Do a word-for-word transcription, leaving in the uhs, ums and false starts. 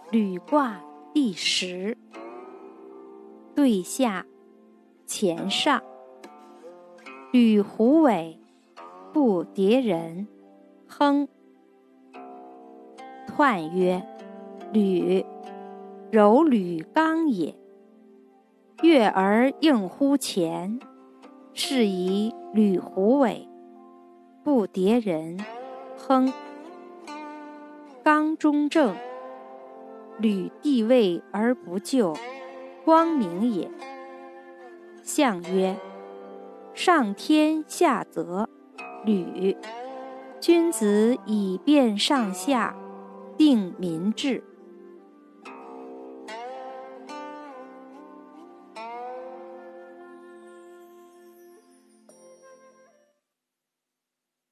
履卦第十。对下乾上，履虎尾，不迭人，亨。彖曰：履，柔履刚也。悦而应乎前，是以履虎尾，不迭人，亨。刚中正，履地位而不就，光明也。象曰：上天下泽，履。君子以辨上下，定民志。